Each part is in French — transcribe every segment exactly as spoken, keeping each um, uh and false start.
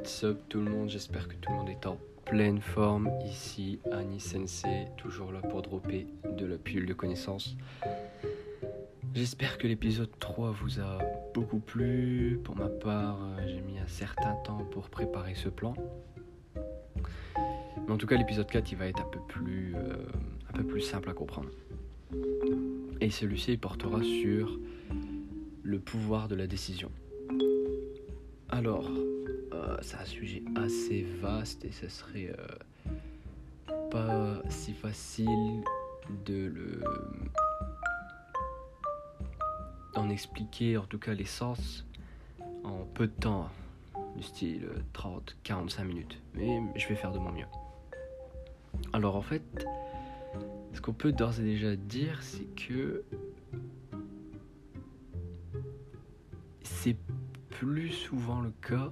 What's up tout le monde, j'espère que tout le monde est en pleine forme. Ici Annie Sensei, toujours là pour dropper de la pilule de connaissances. J'espère que l'épisode trois vous a beaucoup plu. Pour ma part, j'ai mis un certain temps pour préparer ce plan. Mais en tout cas, l'épisode quatre, il va être un peu plus, euh, un peu plus simple à comprendre. Et celui-ci, il portera sur le pouvoir de la décision. Alors, euh, c'est un sujet assez vaste et ce serait euh, pas si facile de le d'en expliquer, en tout cas l'essence, en peu de temps, du style trente à quarante-cinq minutes. Mais je vais faire de mon mieux. Alors en fait, ce qu'on peut d'ores et déjà dire, c'est que c'est plus souvent le cas,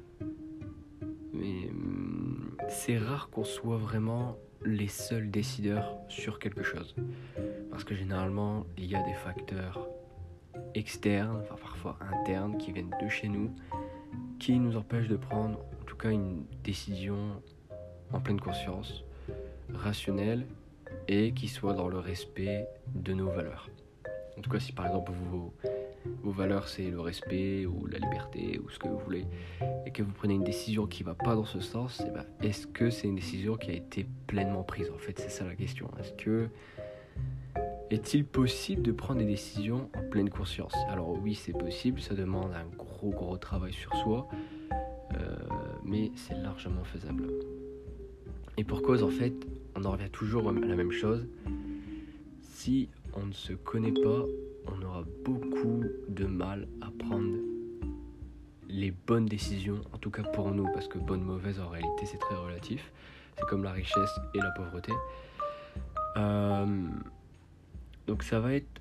mais c'est rare qu'on soit vraiment les seuls décideurs sur quelque chose. Parce que généralement, il y a des facteurs externes, enfin parfois internes, qui viennent de chez nous, qui nous empêchent de prendre en tout cas une décision en pleine conscience, rationnelle, et qui soit dans le respect de nos valeurs. En tout cas, si par exemple vos, vos valeurs c'est le respect ou la liberté ou ce que vous voulez, et que vous prenez une décision qui ne va pas dans ce sens, eh ben, est-ce que c'est une décision qui a été pleinement prise ? En fait, c'est ça la question. Est-ce que est-il possible de prendre des décisions en pleine conscience ? Alors oui, c'est possible, ça demande un gros gros travail sur soi, euh, mais c'est largement faisable. Et pour cause, en fait, on en revient toujours à la même chose. Si on ne se connaît pas, on aura beaucoup de mal à prendre les bonnes décisions, en tout cas pour nous, parce que bonne, mauvaise, en réalité, c'est très relatif. C'est comme la richesse et la pauvreté. Euh, donc ça va être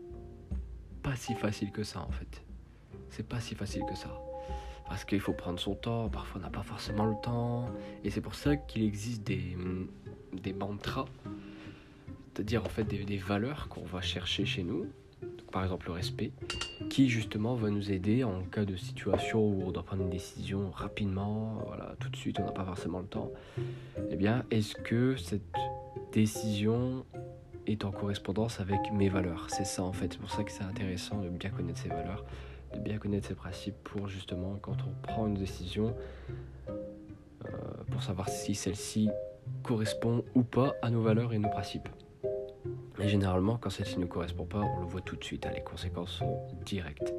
pas si facile que ça, en fait. C'est pas si facile que ça. Parce qu'il faut prendre son temps, parfois on n'a pas forcément le temps. Et c'est pour ça qu'il existe des, des mantras, c'est-à-dire en fait des, des valeurs qu'on va chercher chez nous. Donc, par exemple le respect, qui justement va nous aider en cas de situation où on doit prendre une décision rapidement, voilà, tout de suite, on n'a pas forcément le temps. Eh bien, est-ce que cette décision est en correspondance avec mes valeurs ? C'est ça en fait, c'est pour ça que c'est intéressant de bien connaître ses valeurs, de bien connaître ses principes pour justement, quand on prend une décision, euh, pour savoir si celle-ci correspond ou pas à nos valeurs et nos principes. Et généralement, quand celle-ci ne correspond pas, on le voit tout de suite, hein, les conséquences sont directes.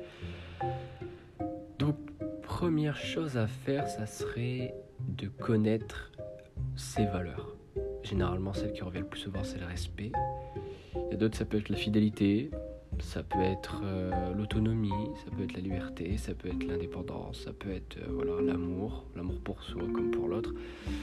Donc, première chose à faire, ça serait de connaître ses valeurs. Généralement, celle qui revient le plus souvent, c'est le respect. Il y a d'autres, ça peut être la fidélité, ça peut être euh, l'autonomie, ça peut être la liberté, ça peut être l'indépendance, ça peut être euh, voilà, l'amour, l'amour pour soi comme pour l'autre.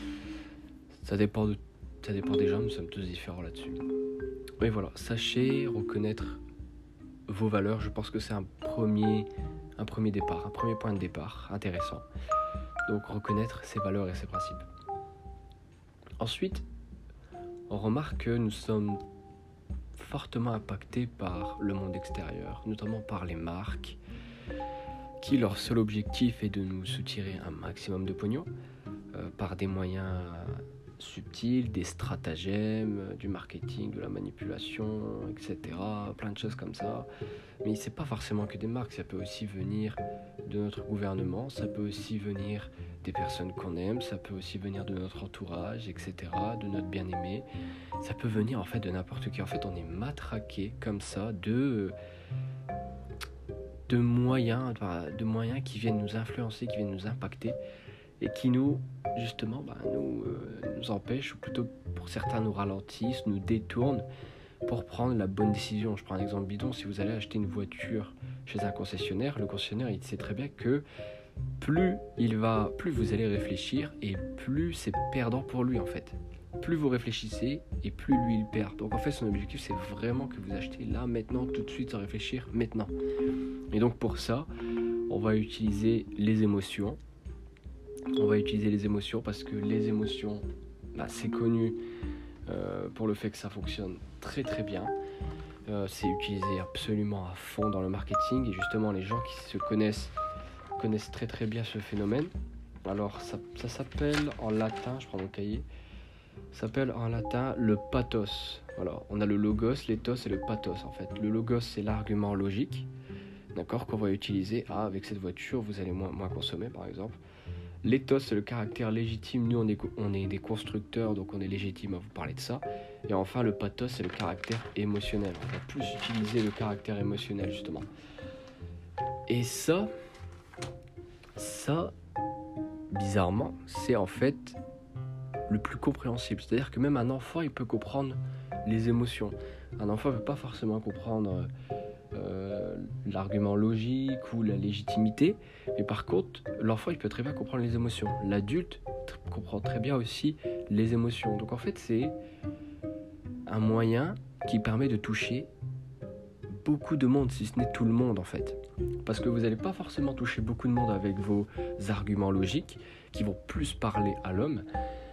Ça dépend, de, ça dépend des gens, nous sommes tous différents là-dessus. Mais voilà, sachez reconnaître vos valeurs, je pense que c'est un premier, un premier départ, un premier point de départ intéressant. Donc reconnaître ses valeurs et ses principes. Ensuite, on remarque que nous sommes fortement impactés par le monde extérieur, notamment par les marques, qui leur seul objectif est de nous soutirer un maximum de pognon, euh, par des moyens subtils, des stratagèmes, du marketing, de la manipulation, et cetera. Plein de choses comme ça. Mais c'est pas forcément que des marques, ça peut aussi venir de notre gouvernement, ça peut aussi venir des personnes qu'on aime, ça peut aussi venir de notre entourage, et cetera, de notre bien-aimé. Ça peut venir en fait de n'importe qui. En fait, on est matraqué comme ça de, de, moyens, de moyens qui viennent nous influencer, qui viennent nous impacter et qui nous, justement, bah, nous, euh, nous empêchent, ou plutôt pour certains nous ralentissent, nous détournent pour prendre la bonne décision. Je prends un exemple bidon, si vous allez acheter une voiture chez un concessionnaire, le concessionnaire il sait très bien que plus il va, plus vous allez réfléchir et plus c'est perdant pour lui en fait. Plus vous réfléchissez et plus lui il perd. Donc en fait son objectif c'est vraiment que vous achetez là, maintenant, tout de suite, sans réfléchir, maintenant. Et donc pour ça, on va utiliser les émotions. On va utiliser les émotions parce que les émotions, bah, c'est connu euh, pour le fait que ça fonctionne très très bien. Euh, c'est utilisé absolument à fond dans le marketing et justement les gens qui se connaissent connaissent très très bien ce phénomène. Alors, ça, ça s'appelle en latin, je prends mon cahier, ça s'appelle en latin le pathos. Voilà, on a le logos, l'éthos et le pathos en fait. Le logos, c'est l'argument logique, d'accord, qu'on va utiliser. Ah, avec cette voiture, vous allez moins, moins consommer, par exemple. L'éthos, c'est le caractère légitime. Nous, on est, on est des constructeurs, donc on est légitime à vous parler de ça. Et enfin, le pathos, c'est le caractère émotionnel. On va plus utiliser le caractère émotionnel, justement. Et ça, ça, bizarrement, c'est en fait le plus compréhensible. C'est-à-dire que même un enfant, il peut comprendre les émotions. Un enfant ne peut pas forcément comprendre euh, l'argument logique ou la légitimité, mais par contre, l'enfant, il peut très bien comprendre les émotions. L'adulte t- comprend très bien aussi les émotions. Donc en fait, c'est un moyen qui permet de toucher beaucoup de monde, si ce n'est tout le monde en fait. Parce que vous n'allez pas forcément toucher beaucoup de monde avec vos arguments logiques, qui vont plus parler à l'homme,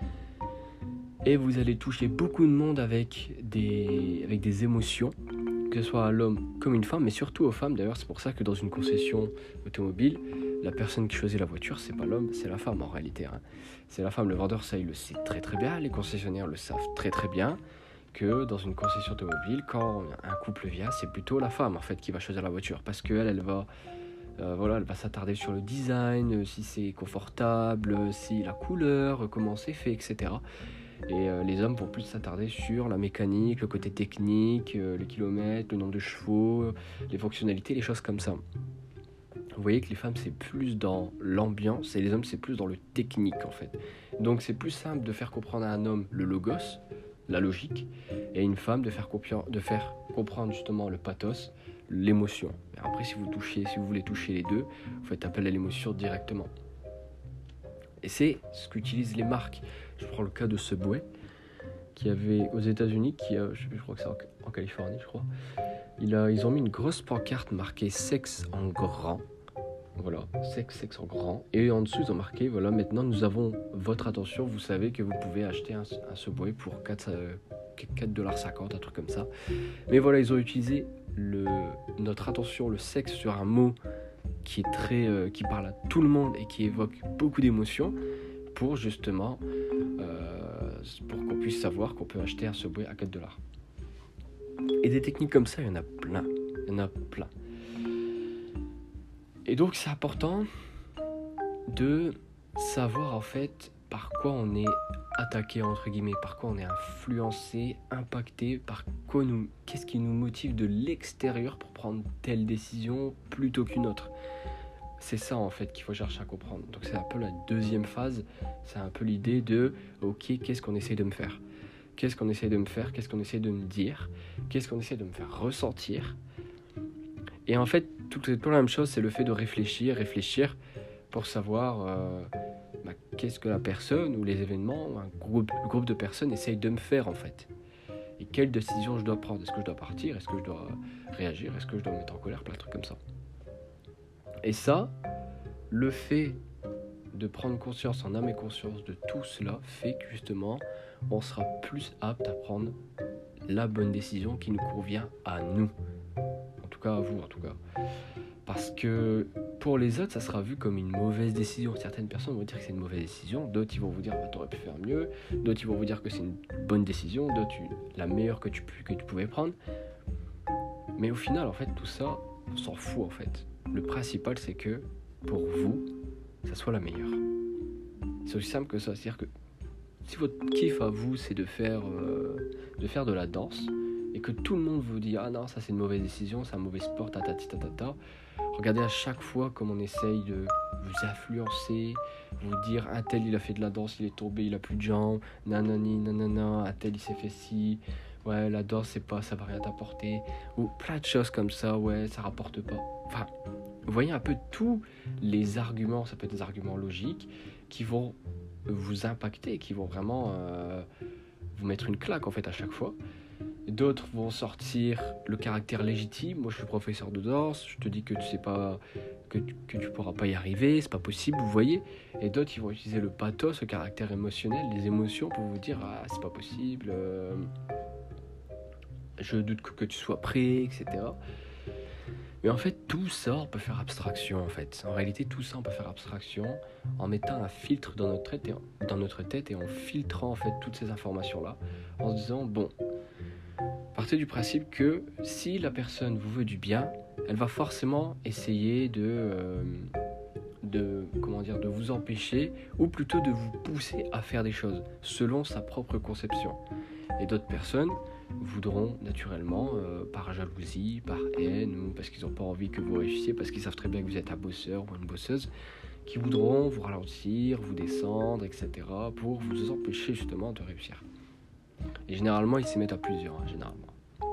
et vous allez toucher beaucoup de monde avec des, avec des émotions, que ce soit à l'homme comme une femme, mais surtout aux femmes. D'ailleurs, c'est pour ça que dans une concession automobile, la personne qui choisit la voiture, c'est pas l'homme, c'est la femme en réalité. Hein. C'est la femme, le vendeur, ça il le sait très très bien, les concessionnaires le savent très très bien, que dans une concession automobile, quand un couple vient, c'est plutôt la femme en fait qui va choisir la voiture, parce qu'elle, elle va, euh, voilà, elle va s'attarder sur le design, si c'est confortable, si la couleur, comment c'est fait, et cetera. Et euh, les hommes vont plus s'attarder sur la mécanique, le côté technique, euh, les kilomètres, le nombre de chevaux, les fonctionnalités, les choses comme ça. Vous voyez que les femmes c'est plus dans l'ambiance et les hommes c'est plus dans le technique en fait. Donc c'est plus simple de faire comprendre à un homme le logos, la logique, et à une femme de faire, compi- de faire comprendre justement le pathos, l'émotion. Après si vous touchez, si vous voulez toucher les deux, vous faites appel à l'émotion directement. Et c'est ce qu'utilisent les marques. Je prends le cas de Subway, qui avait aux États-Unis, qui a, je, je crois que c'est en, en Californie, je crois. Il a, ils ont mis une grosse pancarte marquée sexe en grand. Voilà, sexe, sexe en grand. Et en dessous, ils ont marqué, voilà, maintenant nous avons votre attention. Vous savez que vous pouvez acheter un, un Subway pour quatre dollars cinquante, un truc comme ça. Mais voilà, ils ont utilisé le, notre attention, le sexe sur un mot qui est très, euh, qui parle à tout le monde et qui évoque beaucoup d'émotions, pour justement euh, pour qu'on puisse savoir qu'on peut acheter un Subway à quatre dollars. Et des techniques comme ça, il y en a plein, il y en a plein. Et donc c'est important de savoir en fait par quoi on est attaqué entre guillemets, par quoi on est influencé, impacté, par quoi nous, qu'est-ce qui nous motive de l'extérieur pour prendre telle décision plutôt qu'une autre. C'est ça en fait qu'il faut chercher à comprendre. Donc c'est un peu la deuxième phase, c'est un peu l'idée de ok, qu'est-ce qu'on essaie de me faire ? Qu'est-ce qu'on essaie de me faire ? Qu'est-ce qu'on essaie de me dire ? Qu'est-ce qu'on essaie de me faire ressentir ? Et en fait, tout, tout la même chose, c'est le fait de réfléchir, réfléchir pour savoir euh, bah, qu'est-ce que la personne ou les événements ou un groupe, un groupe de personnes essayent de me faire en fait. Et quelle décision je dois prendre ? Est-ce que je dois partir ? Est-ce que je dois réagir ? Est-ce que je dois me mettre en colère ? Plein de trucs comme ça. Et ça, le fait de prendre conscience en âme et conscience de tout cela fait que justement, on sera plus apte à prendre la bonne décision qui nous convient à nous. En tout cas à vous, en tout cas. Parce que pour les autres, ça sera vu comme une mauvaise décision. Certaines personnes vont dire que c'est une mauvaise décision, d'autres ils vont vous dire bah, t'aurais pu faire mieux, d'autres ils vont vous dire que c'est une bonne décision, d'autres la meilleure que tu, que tu pouvais prendre. Mais au final, en fait, tout ça, on s'en fout en fait. Le principal, c'est que pour vous, ça soit la meilleure. C'est aussi simple que ça. C'est-à-dire que si votre kiff à vous, c'est de faire, euh, de faire de la danse, et que tout le monde vous dit « Ah non, ça c'est une mauvaise décision, c'est un mauvais sport, tatati tatata », regardez à chaque fois comme on essaye de vous influencer, vous dire « Un tel, il a fait de la danse, il est tombé, il a plus de jambes, nanani, nanana, un tel, il s'est fait ci, ouais, la danse, c'est pas, ça va rien t'apporter », ou plein de choses comme ça, ouais, ça rapporte pas. Enfin, vous voyez un peu tous les arguments, ça peut être des arguments logiques, qui vont vous impacter, qui vont vraiment euh, vous mettre une claque en fait à chaque fois. D'autres vont sortir le caractère légitime. Moi je suis professeur de danse, je te dis que tu sais pas, que tu, que tu pourras pas y arriver, c'est pas possible, vous voyez. Et d'autres ils vont utiliser le pathos, le caractère émotionnel, les émotions pour vous dire ah c'est pas possible, euh, je doute que, que tu sois prêt, et cetera. Mais en fait, tout ça, on peut faire abstraction, en fait. En réalité, tout ça, on peut faire abstraction en mettant un filtre dans notre tête et en, dans notre tête et en filtrant, en fait, toutes ces informations-là, en se disant, bon, partez du principe que si la personne vous veut du bien, elle va forcément essayer de, euh, de, comment dire, de vous empêcher, ou plutôt de vous pousser à faire des choses, selon sa propre conception. Et d'autres personnes voudront naturellement, euh, par jalousie, par haine, ou parce qu'ils n'ont pas envie que vous réussissiez, parce qu'ils savent très bien que vous êtes un bosseur ou une bosseuse, qui voudront vous ralentir, vous descendre, et cetera, pour vous empêcher justement de réussir. Et généralement, ils s'y mettent à plusieurs, hein, généralement.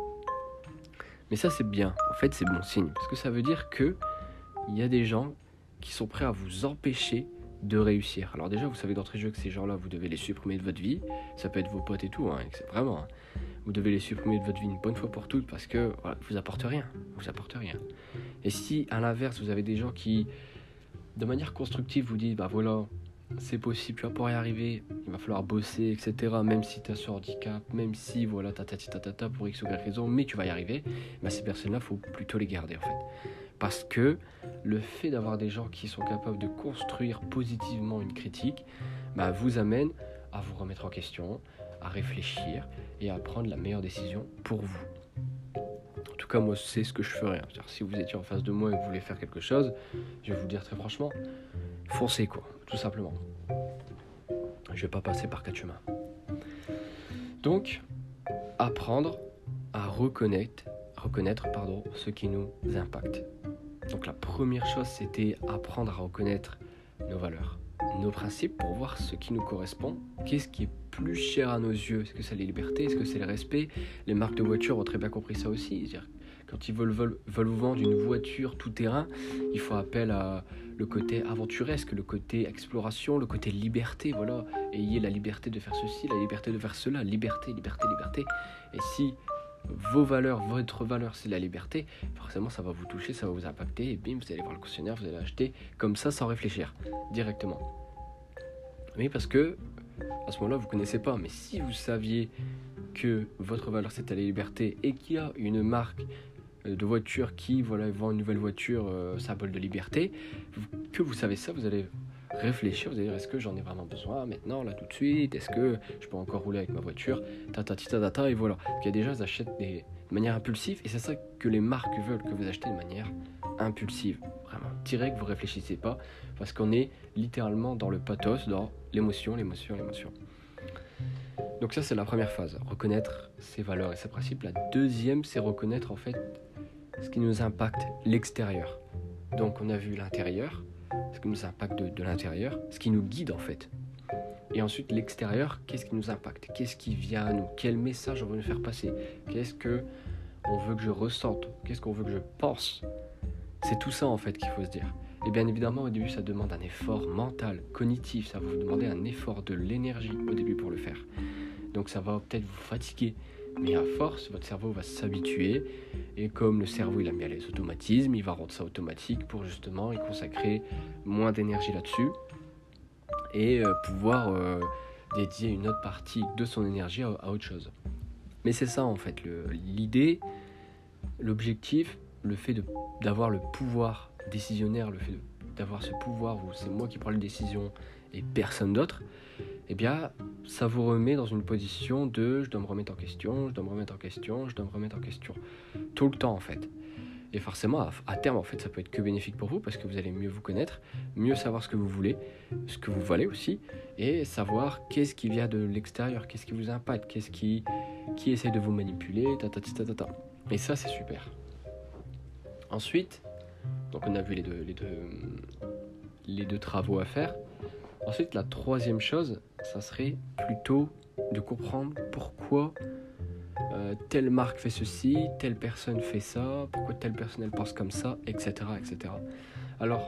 Mais ça, c'est bien. En fait, c'est bon signe, parce que ça veut dire que il y a des gens qui sont prêts à vous empêcher de réussir. Alors déjà, vous savez d'entrée de jeu que ces gens-là, vous devez les supprimer de votre vie. Ça peut être vos potes et tout, hein, c'est vraiment... Hein. Vous devez les supprimer de votre vie une bonne fois pour toutes parce que voilà, vous apportent rien, vous apportent rien. Et si à l'inverse vous avez des gens qui, de manière constructive, vous disent bah voilà, c'est possible, tu vas pouvoir y arriver, il va falloir bosser, et cetera. Même si tu as ce handicap, même si voilà, tatati tatata pour X ou Y raison, mais tu vas y arriver, bah ces personnes-là, faut plutôt les garder en fait. Parce que le fait d'avoir des gens qui sont capables de construire positivement une critique, bah vous amène à vous remettre en question, à réfléchir et à prendre la meilleure décision pour vous. En tout cas, moi, c'est ce que je ferais. Hein. C'est-à-dire, si vous étiez en face de moi et que vous voulez faire quelque chose, je vais vous dire très franchement, foncez quoi, tout simplement. Je vais pas passer par quatre chemins. Donc, apprendre à reconnaître, reconnaître pardon, ce qui nous impacte. Donc la première chose, c'était apprendre à reconnaître nos valeurs, nos principes pour voir ce qui nous correspond, qu'est-ce qui est plus cher à nos yeux, est-ce que c'est les libertés, est-ce que c'est le respect. Les marques de voitures ont très bien compris ça aussi, c'est-à-dire quand ils veulent, veulent, veulent vous vendre une voiture tout-terrain, il faut appel à le côté aventuresque, le côté exploration, le côté liberté, voilà, ayez la liberté de faire ceci, la liberté de faire cela, liberté, liberté, liberté, et si vos valeurs, votre valeur c'est la liberté, forcément ça va vous toucher, ça va vous impacter, et bim, vous allez voir le concessionnaire, vous allez acheter comme ça sans réfléchir, directement. Oui, parce que à ce moment-là vous ne connaissez pas, mais si vous saviez que votre valeur c'est la liberté et qu'il y a une marque de voiture qui voilà, vend une nouvelle voiture euh, symbole de liberté, que vous savez ça, vous allez réfléchir, vous allez dire est-ce que j'en ai vraiment besoin maintenant, là tout de suite, est-ce que je peux encore rouler avec ma voiture, tatati tatata, et voilà. Il y a déjà, ils achètent des, de manière impulsive, et c'est ça que les marques veulent, que vous achetez de manière impulsive, vraiment, direct, vous réfléchissez pas, parce qu'on est littéralement dans le pathos, dans l'émotion, l'émotion, l'émotion. Donc ça c'est la première phase, reconnaître ses valeurs et ses principes. La deuxième c'est reconnaître en fait ce qui nous impacte, l'extérieur. Donc on a vu l'intérieur, ce qui nous impacte de, de l'intérieur, ce qui nous guide en fait. Et ensuite l'extérieur, qu'est-ce qui nous impacte, qu'est-ce qui vient à nous, quel message on veut nous faire passer, qu'est-ce que on veut que je ressente, qu'est-ce qu'on veut que je pense. C'est tout ça en fait qu'il faut se dire. Et bien évidemment au début ça demande un effort mental, cognitif, ça va vous demander un effort de l'énergie au début pour le faire. Donc ça va peut-être vous fatiguer, mais à force votre cerveau va s'habituer, et comme le cerveau il aime bien les automatismes, il va rendre ça automatique pour justement y consacrer moins d'énergie là-dessus et euh, pouvoir euh, dédier une autre partie de son énergie à, à autre chose. Mais c'est ça en fait, le, l'idée, l'objectif, le fait de, d'avoir le pouvoir décisionnaire, le fait de, d'avoir ce pouvoir où c'est moi qui prends les décisions et personne d'autre, eh bien ça vous remet dans une position de je dois me remettre en question, je dois me remettre en question, je dois me remettre en question tout le temps en fait. Et forcément à, à terme en fait ça peut être que bénéfique pour vous parce que vous allez mieux vous connaître, mieux savoir ce que vous voulez, ce que vous valez aussi, et savoir qu'est-ce qui vient de l'extérieur, qu'est-ce qui vous impacte, qu'est-ce qui, qui essaie de vous manipuler, tatati tatata. Et ça c'est super. Ensuite, donc on a vu les deux, les deux, les deux travaux à faire. Ensuite, la troisième chose, ça serait plutôt de comprendre pourquoi euh, telle marque fait ceci, telle personne fait ça, pourquoi telle personne elle pense comme ça, et cetera, et cetera. Alors,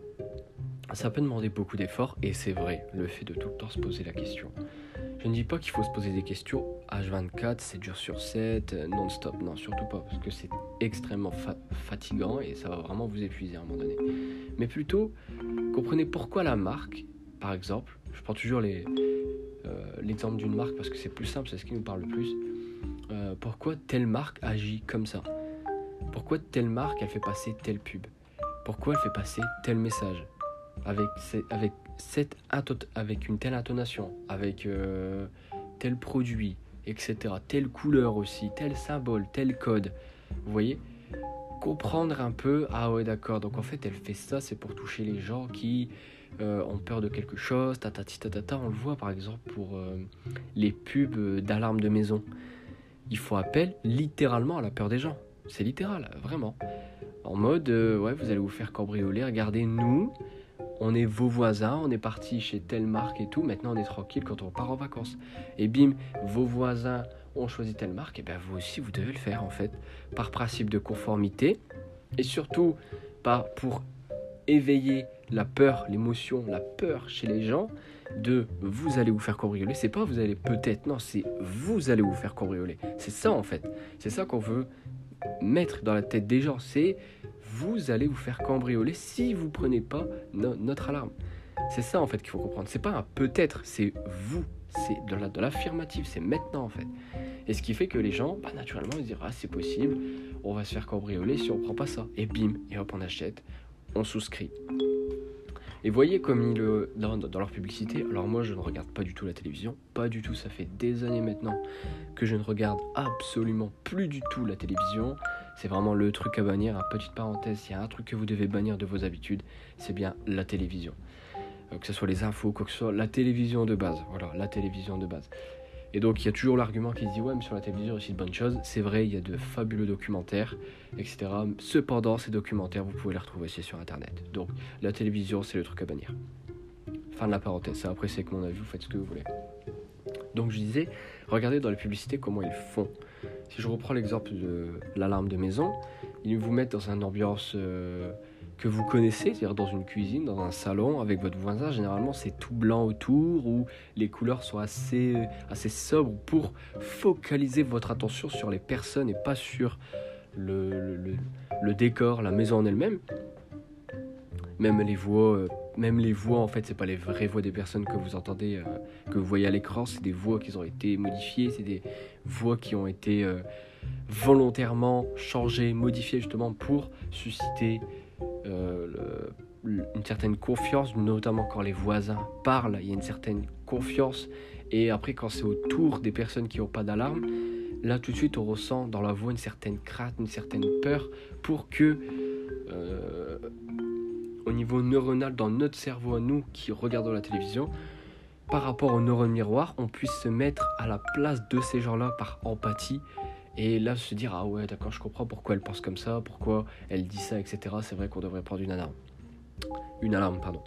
ça peut demander beaucoup d'efforts, et c'est vrai, le fait de tout le temps se poser la question. Je ne dis pas qu'il faut se poser des questions H vingt-quatre, sept jours sur sept, non-stop, non, surtout pas, parce que c'est extrêmement fa- fatigant et ça va vraiment vous épuiser à un moment donné. Mais plutôt, comprenez pourquoi la marque, par exemple, je prends toujours les, euh, l'exemple d'une marque parce que c'est plus simple, c'est ce qui nous parle le plus. Euh, pourquoi telle marque agit comme ça ? pourquoi telle marque, elle fait passer telle pub? Pourquoi elle fait passer tel message? Avec, avec, cette, avec une telle intonation, avec euh, tel produit, et cetera. Telle couleur aussi, tel symbole, tel code. Vous voyez? Comprendre un peu, ah ouais d'accord, donc en fait elle fait ça, c'est pour toucher les gens qui euh, ont peur de quelque chose, tatati tatata. On le voit par exemple pour euh, les pubs d'alarme de maison. Il faut appel littéralement à la peur des gens. C'est littéral, vraiment. En mode, euh, ouais, vous allez vous faire cambrioler, regardez, nous, on est vos voisins, on est parti chez telle marque et tout, maintenant on est tranquille quand on part en vacances. Et bim, vos voisins ont choisi telle marque, et bien vous aussi vous devez le faire en fait, par principe de conformité, et surtout pas pour éveiller la peur, l'émotion, la peur chez les gens, de vous allez vous faire cambrioler. C'est pas vous allez peut-être, non, c'est vous allez vous faire cambrioler. C'est ça en fait, c'est ça qu'on veut mettre dans la tête des gens, c'est vous allez vous faire cambrioler si vous prenez pas no- notre alarme. C'est ça en fait qu'il faut comprendre. C'est pas un peut-être, c'est vous. C'est de, la, de l'affirmatif, c'est maintenant en fait. Et ce qui fait que les gens, bah, naturellement, ils disent ah c'est possible, on va se faire cambrioler si on prend pas ça. Et bim, et hop on achète, on souscrit. Et voyez comme ils le dans, dans leur publicité. Alors moi je ne regarde pas du tout la télévision, pas du tout. Ça fait des années maintenant que je ne regarde absolument plus du tout la télévision. C'est vraiment le truc à bannir. À petite parenthèse, il y a un truc que vous devez bannir de vos habitudes, c'est bien la télévision. Euh, que ce soit les infos, quoi que ce soit, la télévision de base. Voilà, la télévision de base. Et donc il y a toujours l'argument qui se dit ouais mais sur la télévision il y a aussi de bonnes choses. C'est vrai, il y a de fabuleux documentaires, et cetera. Cependant ces documentaires vous pouvez les retrouver aussi sur internet. Donc la télévision c'est le truc à bannir. Fin de la parenthèse, après c'est que mon avis, vous faites ce que vous voulez. Donc je disais, regardez dans les publicités comment ils font. Si je reprends l'exemple de l'alarme de maison, ils vous mettent dans une ambiance euh, que vous connaissez, c'est-à-dire dans une cuisine, dans un salon, avec votre voisin. Généralement, c'est tout blanc autour, où les couleurs sont assez, assez sobres pour focaliser votre attention sur les personnes et pas sur le, le, le décor, la maison en elle-même. Même les voix, euh, même les voix, en fait, c'est pas les vraies voix des personnes que vous entendez, euh, que vous voyez à l'écran. C'est des voix qui ont été modifiées, c'est des voix qui ont été euh, volontairement changées, modifiées justement pour susciter euh, le, une certaine confiance, notamment quand les voisins parlent, il y a une certaine confiance. Et après, quand c'est autour des personnes qui n'ont pas d'alarme, là tout de suite on ressent dans la voix une certaine crainte, une certaine peur pour que euh, au niveau neuronal dans notre cerveau à nous qui regardons la télévision, par rapport aux neurones miroirs, on puisse se mettre à la place de ces gens-là par empathie et là se dire ah ouais d'accord, je comprends pourquoi elle pense comme ça, pourquoi elle dit ça, etc. C'est vrai qu'on devrait prendre une alarme une alarme pardon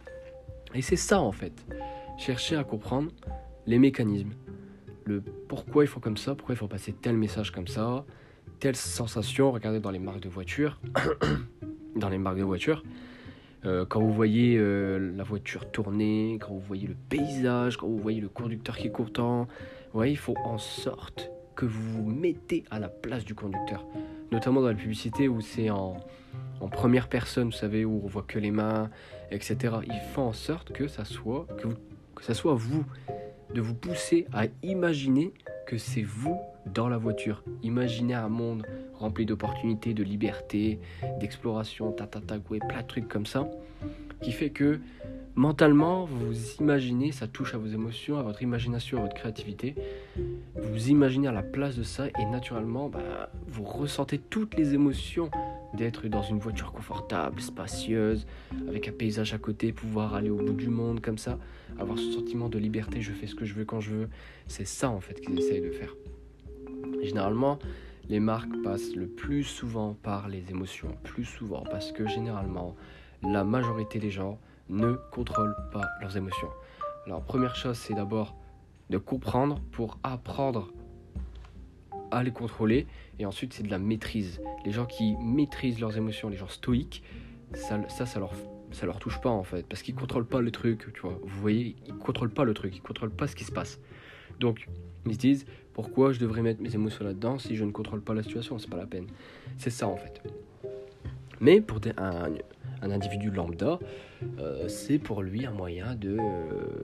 et c'est ça en fait, chercher à comprendre les mécanismes, le pourquoi ils font comme ça, pourquoi il faut passer tel message comme ça, telle sensation. Regardez dans les marques de voitures dans les marques de voitures euh, quand vous voyez euh, la voiture tourner, quand vous voyez le paysage, quand vous voyez le conducteur qui est content, vous voyez, il faut en sorte que vous vous mettez à la place du conducteur, notamment dans la publicité où c'est en, en première personne, vous savez, où on voit que les mains, et cetera. Il faut en sorte que ça soit, que vous, que ça soit vous, de vous pousser à imaginer que c'est vous dans la voiture. Imaginez un monde rempli d'opportunités, de liberté, d'exploration, tatata, ouais, plein de trucs comme ça, qui fait que mentalement, vous imaginez, ça touche à vos émotions, à votre imagination, à votre créativité. Vous imaginez à la place de ça et naturellement, bah, vous ressentez toutes les émotions d'être dans une voiture confortable, spacieuse, avec un paysage à côté, pouvoir aller au bout du monde comme ça, avoir ce sentiment de liberté, je fais ce que je veux quand je veux. C'est ça en fait qu'ils essayent de faire. Généralement, les marques passent le plus souvent par les émotions, plus souvent, parce que généralement, la majorité des gens ne contrôlent pas leurs émotions. Alors, première chose, c'est d'abord de comprendre pour apprendre à les contrôler, et ensuite, c'est de la maîtrise. Les gens qui maîtrisent leurs émotions, les gens stoïques, ça, ça, ça leur, ça leur touche pas en fait, parce qu'ils contrôlent pas le truc, tu vois. Vous voyez, ils contrôlent pas le truc, ils contrôlent pas ce qui se passe. Donc, ils se disent, pourquoi je devrais mettre mes émotions là-dedans si je ne contrôle pas la situation, c'est pas la peine. C'est ça en fait. Mais pour des, un, un individu lambda, euh, c'est pour lui un moyen de, euh,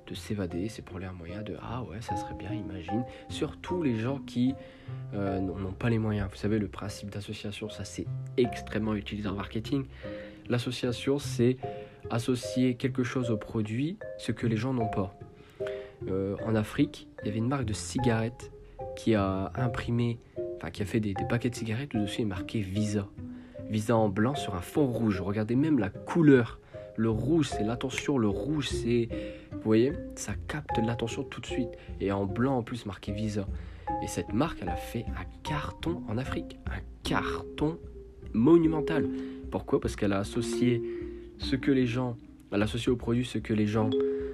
de s'évader, c'est pour lui un moyen de ah ouais ça serait bien, imagine, surtout les gens qui euh, n'ont pas les moyens. Vous savez, le principe d'association, ça c'est extrêmement utilisé en marketing. L'association, c'est associer quelque chose au produit, ce que les gens n'ont pas. Euh, en Afrique, il y avait une marque de cigarettes qui a imprimé, enfin qui a fait des, des paquets de cigarettes où dessus est marqué Visa. Visa en blanc sur un fond rouge. Regardez même la couleur. Le rouge, c'est l'attention. Le rouge, c'est... Vous voyez, ça capte l'attention tout de suite. Et en blanc, en plus, marqué Visa. Et cette marque, elle a fait un carton en Afrique. Un carton monumental. Pourquoi ? Parce qu'elle a associé ce que les gens... Elle a associé au produit ce que les gens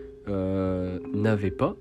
euh, n'avaient pas.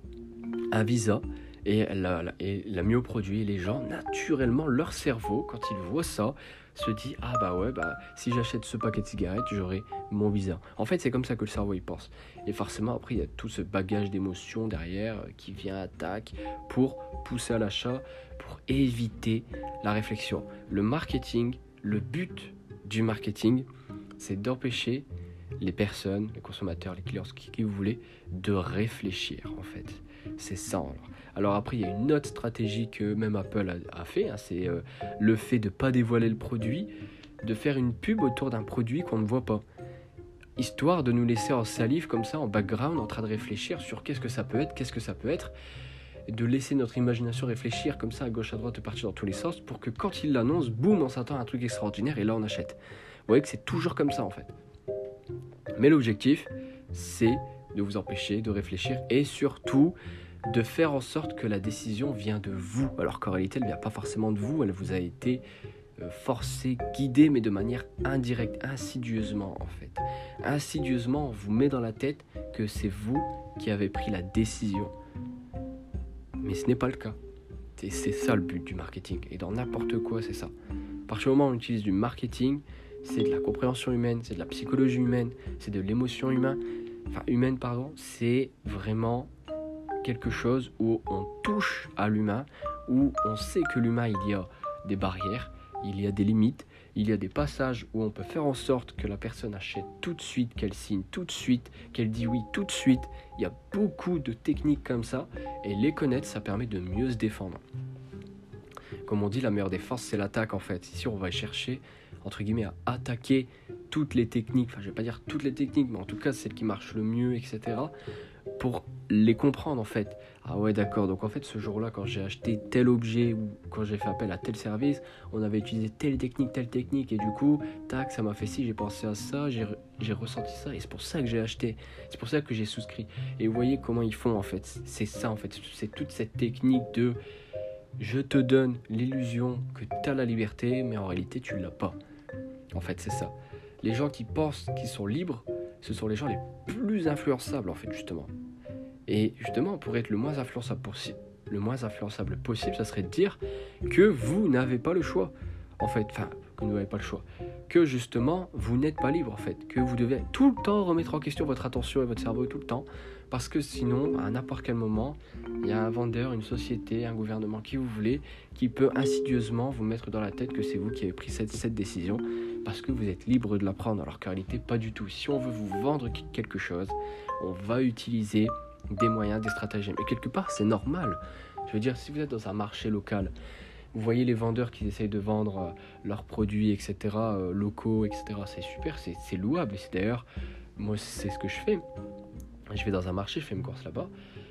Un Visa. Et elle l'a, et l'a mis au produit. Et les gens, naturellement, leur cerveau, quand ils voient ça, se dit ah bah ouais bah si j'achète ce paquet de cigarettes j'aurai mon Visa. En fait c'est comme ça que le cerveau il pense, et forcément après il y a tout ce bagage d'émotions derrière euh, qui vient attaque pour pousser à l'achat, pour éviter la réflexion. Le marketing, le but du marketing, c'est d'empêcher les personnes, les consommateurs, les clients, qui, qui vous voulez, de réfléchir en fait. C'est ça. Alors, alors après, il y a une autre stratégie que même Apple a, a fait, hein, c'est euh, le fait de ne pas dévoiler le produit, de faire une pub autour d'un produit qu'on ne voit pas, histoire de nous laisser en salive comme ça, en background, en train de réfléchir sur qu'est-ce que ça peut être, qu'est-ce que ça peut être, de laisser notre imagination réfléchir comme ça à gauche à droite, de partir dans tous les sens, pour que quand il l'annonce, boum, on s'attend à un truc extraordinaire et là on achète. Vous voyez que c'est toujours comme ça en fait. Mais l'objectif, c'est de vous empêcher de réfléchir et surtout de faire en sorte que la décision vient de vous, alors qu'en réalité elle ne vient pas forcément de vous, elle vous a été euh, forcée, guidée, mais de manière indirecte, insidieusement en fait. Insidieusement, on vous met dans la tête que c'est vous qui avez pris la décision. Mais ce n'est pas le cas. Et c'est ça le but du marketing. Et dans n'importe quoi, c'est ça. À partir du moment où on utilise du marketing, c'est de la compréhension humaine, c'est de la psychologie humaine, c'est de l'émotion humaine, enfin humaine pardon, c'est vraiment quelque chose où on touche à l'humain, où on sait que l'humain, il y a des barrières, il y a des limites, il y a des passages où on peut faire en sorte que la personne achète tout de suite, qu'elle signe tout de suite, qu'elle dit oui tout de suite. Il y a beaucoup de techniques comme ça, et les connaître, ça permet de mieux se défendre. Comme on dit, la meilleure défense, c'est l'attaque en fait. Ici, on va chercher, entre guillemets, à attaquer toutes les techniques, enfin je vais pas dire toutes les techniques, mais en tout cas celles qui marchent le mieux, et cetera, pour les comprendre en fait. Ah ouais d'accord, donc en fait ce jour-là quand j'ai acheté tel objet ou quand j'ai fait appel à tel service, on avait utilisé telle technique, telle technique, et du coup, tac, ça m'a fait ci, j'ai pensé à ça, j'ai, j'ai ressenti ça, et c'est pour ça que j'ai acheté, c'est pour ça que j'ai souscrit. Et vous voyez comment ils font en fait, c'est ça en fait, c'est toute cette technique de je te donne l'illusion que tu as la liberté, mais en réalité tu l'as pas. En fait c'est ça. Les gens qui pensent qu'ils sont libres, ce sont les gens les plus influençables en fait justement. Et justement, pour être le moins influençable possible, le moins influençable possible, ça serait de dire que vous n'avez pas le choix. En fait, enfin, que vous n'avez pas le choix. Que justement, vous n'êtes pas libre en fait. Que vous devez tout le temps remettre en question votre attention et votre cerveau tout le temps. Parce que sinon, à n'importe quel moment, il y a un vendeur, une société, un gouvernement, qui vous voulez, qui peut insidieusement vous mettre dans la tête que c'est vous qui avez pris cette, cette décision. Parce que vous êtes libre de la prendre. Alors qu'en réalité, pas du tout. Si on veut vous vendre quelque chose, on va utiliser des moyens, des stratagèmes. Et quelque part, c'est normal. Je veux dire, si vous êtes dans un marché local, vous voyez les vendeurs qui essayent de vendre euh, leurs produits, et cetera, euh, locaux, et cetera. C'est super, c'est, c'est louable. Et c'est d'ailleurs, moi, c'est ce que je fais. Je vais dans un marché, je fais mes courses là-bas.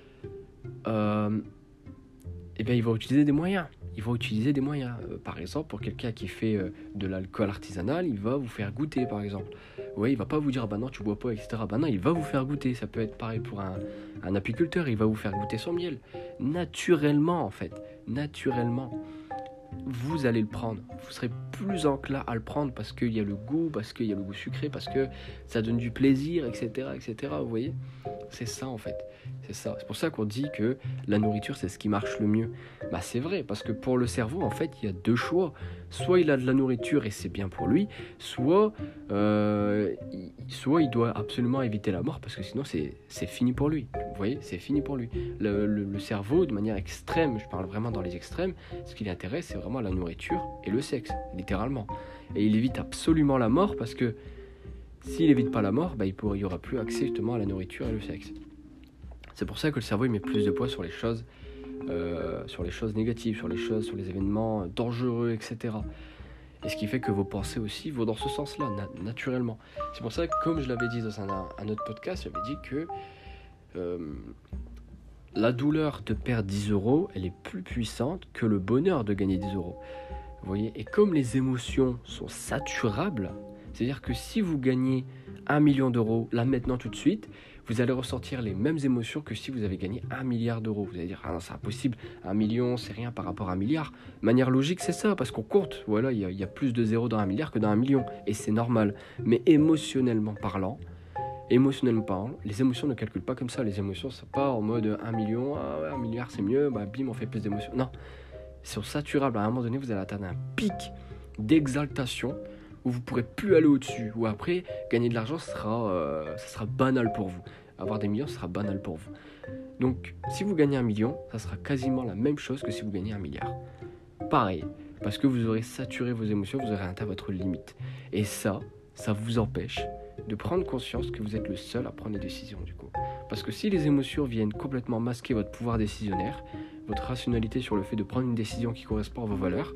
Euh, et bien, ils vont utiliser des moyens. Ils vont utiliser des moyens. Euh, par exemple, pour quelqu'un qui fait euh, de l'alcool artisanal, il va vous faire goûter, par exemple. Ouais, il va pas vous dire, ah bah non, tu bois pas, et cetera. Bah non, il va vous faire goûter. Ça peut être pareil pour un, un apiculteur, il va vous faire goûter son miel. Naturellement, en fait. Naturellement. Vous allez le prendre. Vous serez plus enclin à le prendre parce qu'il y a le goût, parce qu'il y a le goût sucré, parce que ça donne du plaisir, et cetera, et cetera. Vous voyez ? C'est ça, en fait. C'est ça. C'est pour ça qu'on dit que la nourriture, c'est ce qui marche le mieux. Bah, c'est vrai, parce que pour le cerveau, en fait, il y a deux choix. Soit il a de la nourriture et c'est bien pour lui, soit, euh, il, soit il doit absolument éviter la mort parce que sinon, c'est, c'est fini pour lui. Vous voyez ? C'est fini pour lui. Le, le, le cerveau, de manière extrême, je parle vraiment dans les extrêmes, ce qui l'intéresse, c'est vraiment la nourriture et le sexe, littéralement. Et il évite absolument la mort parce que s'il évite pas la mort, bah, il n'y aura plus accès justement à la nourriture et le sexe. C'est pour ça que le cerveau il met plus de poids sur les choses, euh, sur les choses négatives, sur les choses, sur les événements dangereux, et cetera. Et ce qui fait que vos pensées aussi vont dans ce sens-là, na- naturellement. C'est pour ça que, comme je l'avais dit dans un, un autre podcast, j'avais dit que euh, la douleur de perdre dix euros, elle est plus puissante que le bonheur de gagner dix euros. Vous voyez ? Et comme les émotions sont saturables, c'est-à-dire que si vous gagnez un million d'euros, là maintenant tout de suite, vous allez ressentir les mêmes émotions que si vous avez gagné un milliard d'euros. Vous allez dire, ah non, c'est impossible, un million, c'est rien par rapport à un milliard. De manière logique, c'est ça, parce qu'on compte. Voilà, il y, y a plus de zéros dans un milliard que dans un million, et c'est normal. Mais émotionnellement parlant, émotionnellement parlant, les émotions ne calculent pas comme ça. Les émotions, c'est pas en mode un million, ah ouais, un milliard, c'est mieux, bah bim, on fait plus d'émotions. Non, c'est saturable. À un moment donné, vous allez atteindre un pic d'exaltation où vous pourrez plus aller au-dessus, ou après, gagner de l'argent, ça sera, euh, ça sera banal pour vous. Avoir des millions, ça sera banal pour vous. Donc, si vous gagnez un million, ça sera quasiment la même chose que si vous gagnez un milliard. Pareil, parce que vous aurez saturé vos émotions, vous aurez atteint votre limite. Et ça, ça vous empêche de prendre conscience que vous êtes le seul à prendre les décisions, du coup. Parce que si les émotions viennent complètement masquer votre pouvoir décisionnaire, votre rationalité sur le fait de prendre une décision qui correspond à vos valeurs,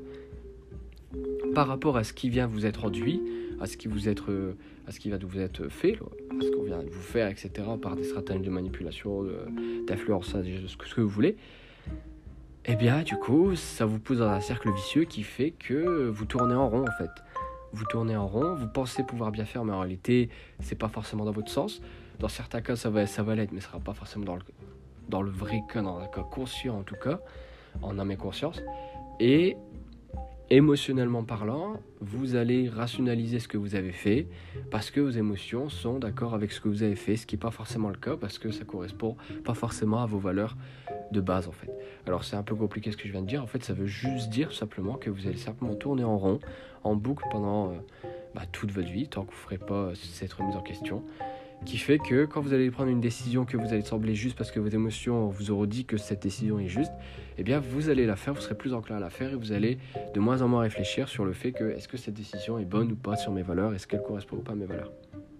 par rapport à ce qui vient vous être enduit, à ce qui vous être, à ce qui va vous être fait, à ce qu'on vient de vous faire, et cetera, par des stratagèmes de manipulation, d'influençage, ce que vous voulez, eh bien, du coup, ça vous pousse dans un cercle vicieux qui fait que vous tournez en rond, en fait. Vous tournez en rond, vous pensez pouvoir bien faire, mais en réalité, c'est pas forcément dans votre sens. Dans certains cas, ça va, ça va l'être, mais ce sera pas forcément dans le, dans le vrai cas, dans un cas conscient en tout cas, en âme et conscience. Et émotionnellement parlant, vous allez rationaliser ce que vous avez fait parce que vos émotions sont d'accord avec ce que vous avez fait, ce qui n'est pas forcément le cas parce que ça correspond pas forcément à vos valeurs de base en fait. Alors c'est un peu compliqué ce que je viens de dire, en fait ça veut juste dire tout simplement que vous allez simplement tourner en rond, en boucle pendant euh, bah, toute votre vie, tant que vous ne ferez pas cette remise en question, qui fait que quand vous allez prendre une décision que vous allez sembler juste parce que vos émotions vous auront dit que cette décision est juste, eh bien vous allez la faire, vous serez plus enclin à la faire et vous allez de moins en moins réfléchir sur le fait que est-ce que cette décision est bonne ou pas sur mes valeurs, est-ce qu'elle correspond ou pas à mes valeurs.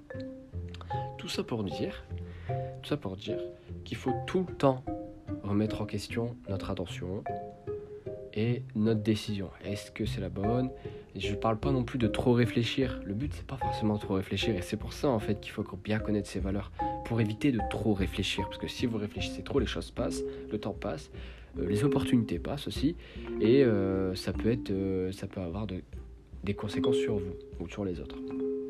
Tout ça pour dire, tout ça pour dire qu'il faut tout le temps remettre en question notre attention et notre décision. Est-ce que c'est la bonne ? Et je ne parle pas non plus de trop réfléchir. Le but, c'est pas forcément de trop réfléchir. Et c'est pour ça, en fait, qu'il faut bien connaître ses valeurs. Pour éviter de trop réfléchir. Parce que si vous réfléchissez trop, les choses passent, le temps passe, euh, les opportunités passent aussi. Et euh, ça, peut être, euh, ça peut avoir de, des conséquences sur vous ou sur les autres.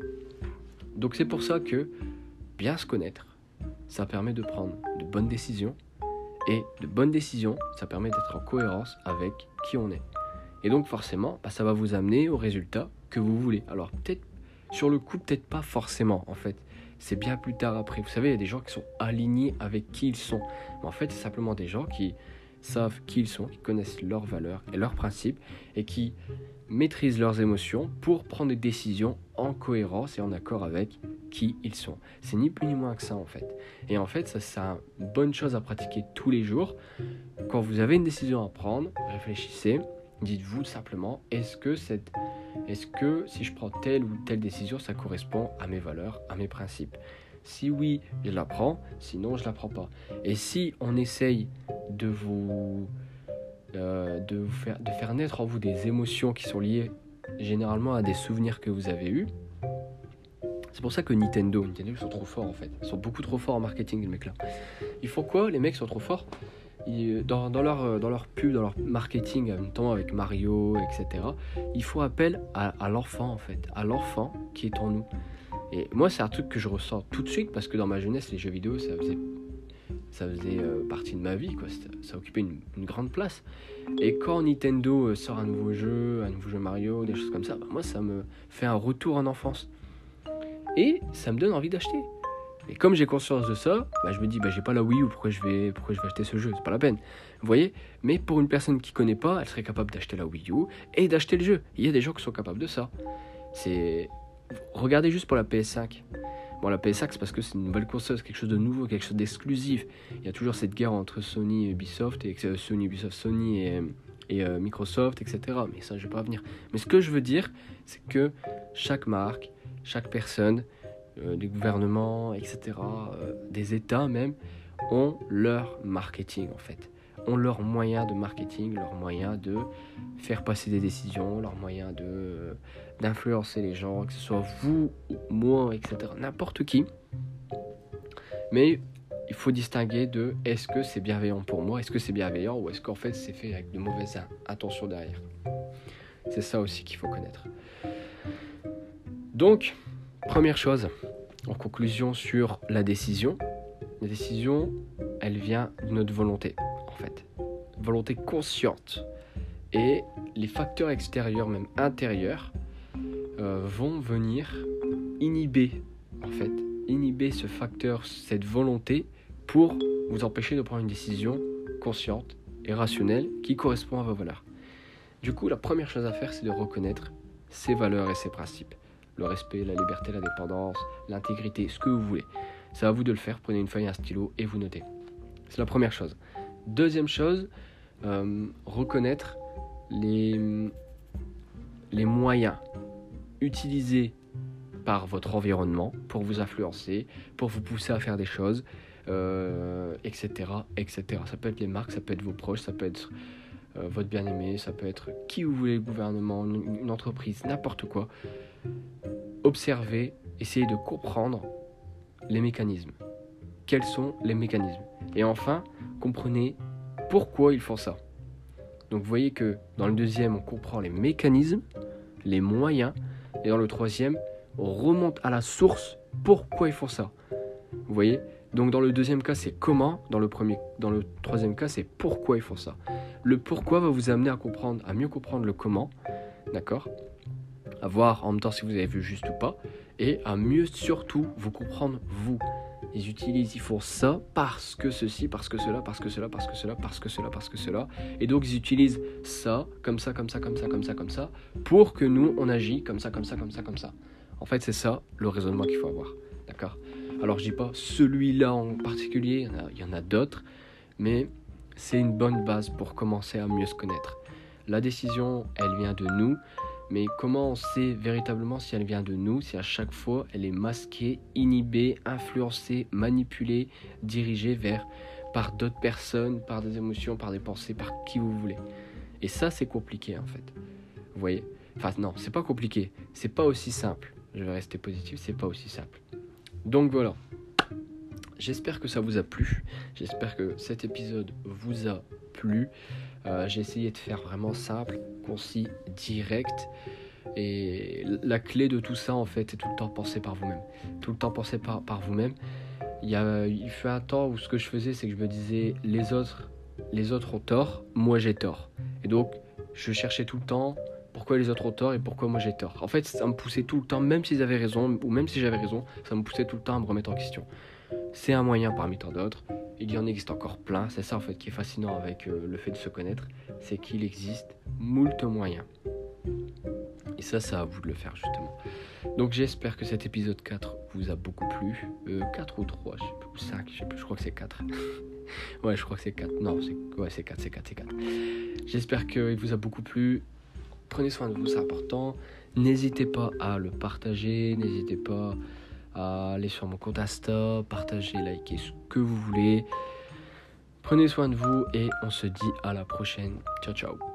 Donc c'est pour ça que bien se connaître, ça permet de prendre de bonnes décisions. Et de bonnes décisions, ça permet d'être en cohérence avec qui on est. Et donc forcément, bah, ça va vous amener au résultat que vous voulez. Alors peut-être, sur le coup, peut-être pas forcément en fait. C'est bien plus tard après. Vous savez, il y a des gens qui sont alignés avec qui ils sont. Mais en fait, c'est simplement des gens qui savent qui ils sont, qui connaissent leurs valeurs et leurs principes et qui maîtrisent leurs émotions pour prendre des décisions en cohérence et en accord avec qui ils sont. C'est ni plus ni moins que ça en fait. Et en fait, ça c'est une bonne chose à pratiquer tous les jours. Quand vous avez une décision à prendre, réfléchissez, dites-vous simplement, est-ce que, cette, est-ce que si je prends telle ou telle décision, ça correspond à mes valeurs, à mes principes ? Si oui, je la prends, sinon je la prends pas. Et si on essaye de vous... Euh, de, vous faire, de faire naître en vous des émotions qui sont liées généralement à des souvenirs que vous avez eus. C'est pour ça que Nintendo, Nintendo ils sont trop forts en fait. Ils sont beaucoup trop forts en marketing les mecs là. Ils font quoi ? Les mecs sont trop forts. Ils, dans, dans, leur, dans leur pub, dans leur marketing, notamment avec Mario, et cetera, ils font appel à, à l'enfant en fait, à l'enfant qui est en nous. Et moi c'est un truc que je ressens tout de suite parce que dans ma jeunesse les jeux vidéo ça faisait ça faisait euh, partie de ma vie, quoi. Ça occupait une, une grande place. Et quand Nintendo euh, sort un nouveau jeu, un nouveau jeu Mario, des choses comme ça, bah, moi ça me fait un retour en enfance. Et ça me donne envie d'acheter. Et comme j'ai conscience de ça, bah, je me dis, bah, j'ai pas la Wii U, pourquoi je vais, pourquoi je vais acheter ce jeu ? C'est pas la peine. Vous voyez ? Mais pour une personne qui connaît pas, elle serait capable d'acheter la Wii U et d'acheter le jeu. Il y a des gens qui sont capables de ça. C'est... Regardez juste pour la P S cinq. Bon, la P S cinq, c'est parce que c'est une nouvelle console, c'est quelque chose de nouveau, quelque chose d'exclusif. Il y a toujours cette guerre entre Sony et Ubisoft, et euh, Sony, Ubisoft, Sony et, et euh, Microsoft, et cetera. Mais ça, je vais pas venir. Mais ce que je veux dire, c'est que chaque marque, chaque personne, euh, des gouvernements, et cetera, euh, des États même, ont leur marketing en fait, ont leur moyen de marketing, leur moyen de faire passer des décisions, leur moyen de, d'influencer les gens, que ce soit vous, moi, et cetera, n'importe qui. Mais il faut distinguer de est-ce que c'est bienveillant pour moi, est-ce que c'est bienveillant ou est-ce qu'en fait c'est fait avec de mauvaises intentions derrière. C'est ça aussi qu'il faut connaître. Donc, première chose, en conclusion sur la décision, la décision, elle vient de notre volonté, en fait. Volonté consciente. Et les facteurs extérieurs, même intérieurs, euh, vont venir inhiber, en fait, inhiber ce facteur, cette volonté, pour vous empêcher de prendre une décision consciente et rationnelle qui correspond à vos valeurs. Du coup, la première chose à faire, c'est de reconnaître ses valeurs et ses principes. Le respect, la liberté, l'indépendance, l'intégrité, ce que vous voulez. C'est à vous de le faire. Prenez une feuille, un stylo et vous notez. C'est la première chose. Deuxième chose, euh, reconnaître les, les moyens utilisés par votre environnement pour vous influencer, pour vous pousser à faire des choses, euh, et cetera, et cetera. Ça peut être les marques, ça peut être vos proches, ça peut être euh, votre bien-aimé, ça peut être qui vous voulez, le gouvernement, une, une entreprise, n'importe quoi. Observez, essayez de comprendre les mécanismes. Quels sont les mécanismes? Et enfin, comprenez pourquoi ils font ça. Donc vous voyez que dans le deuxième, on comprend les mécanismes, les moyens, et dans le troisième, on remonte à la source, pourquoi ils font ça. Vous voyez? Donc dans le deuxième cas, c'est comment, dans le premier, dans le troisième cas, c'est pourquoi ils font ça. Le pourquoi va vous amener à comprendre, à mieux comprendre le comment, d'accord? À voir en même temps si vous avez vu juste ou pas, et à mieux surtout vous comprendre vous. Ils utilisent, ils font ça parce que ceci, parce que cela, parce que cela, parce que cela, parce que cela, parce que cela. Et donc ils utilisent ça, comme ça, comme ça, comme ça, comme ça, comme ça, pour que nous, on agit comme ça, comme ça, comme ça, comme ça. En fait, c'est ça le raisonnement qu'il faut avoir. D'accord? Alors je dis pas celui-là en particulier, il y en a, il y en a d'autres, mais c'est une bonne base pour commencer à mieux se connaître. La décision, elle vient de nous. Mais comment on sait véritablement si elle vient de nous, si à chaque fois elle est masquée, inhibée, influencée, manipulée, dirigée vers par d'autres personnes, par des émotions, par des pensées, par qui vous voulez. Et ça, c'est compliqué en fait. Vous voyez? Enfin non, c'est pas compliqué, c'est pas aussi simple. Je vais rester positif, c'est pas aussi simple. Donc voilà. J'espère que ça vous a plu. J'espère que cet épisode vous a plu. Euh, j'ai essayé de faire vraiment simple, concis, direct. Et la clé de tout ça, en fait, c'est tout le temps penser par vous-même. Tout le temps penser par, par vous-même. Il y a, il fut un temps où ce que je faisais, c'est que je me disais, les autres, les autres ont tort, moi j'ai tort. Et donc, je cherchais tout le temps pourquoi les autres ont tort et pourquoi moi j'ai tort. En fait, ça me poussait tout le temps, même s'ils avaient raison, ou même si j'avais raison, ça me poussait tout le temps à me remettre en question. C'est un moyen parmi tant d'autres. Il y en existe encore plein. C'est ça en fait qui est fascinant avec euh, le fait de se connaître. C'est qu'il existe moult moyens. Et ça, c'est à vous de le faire justement. Donc j'espère que cet épisode quatre vous a beaucoup plu. Euh, quatre ou trois, je sais plus, ou cinq, je sais plus, je crois que c'est quatre. Ouais, je crois que c'est quatre. Non, c'est, ouais, c'est quatre, c'est quatre, c'est quatre. J'espère qu'il vous a beaucoup plu. Prenez soin de vous, c'est important. N'hésitez pas à le partager. N'hésitez pas à aller sur mon compte Insta, partager, liker ce que vous voulez. Prenez soin de vous et on se dit à la prochaine. Ciao, ciao.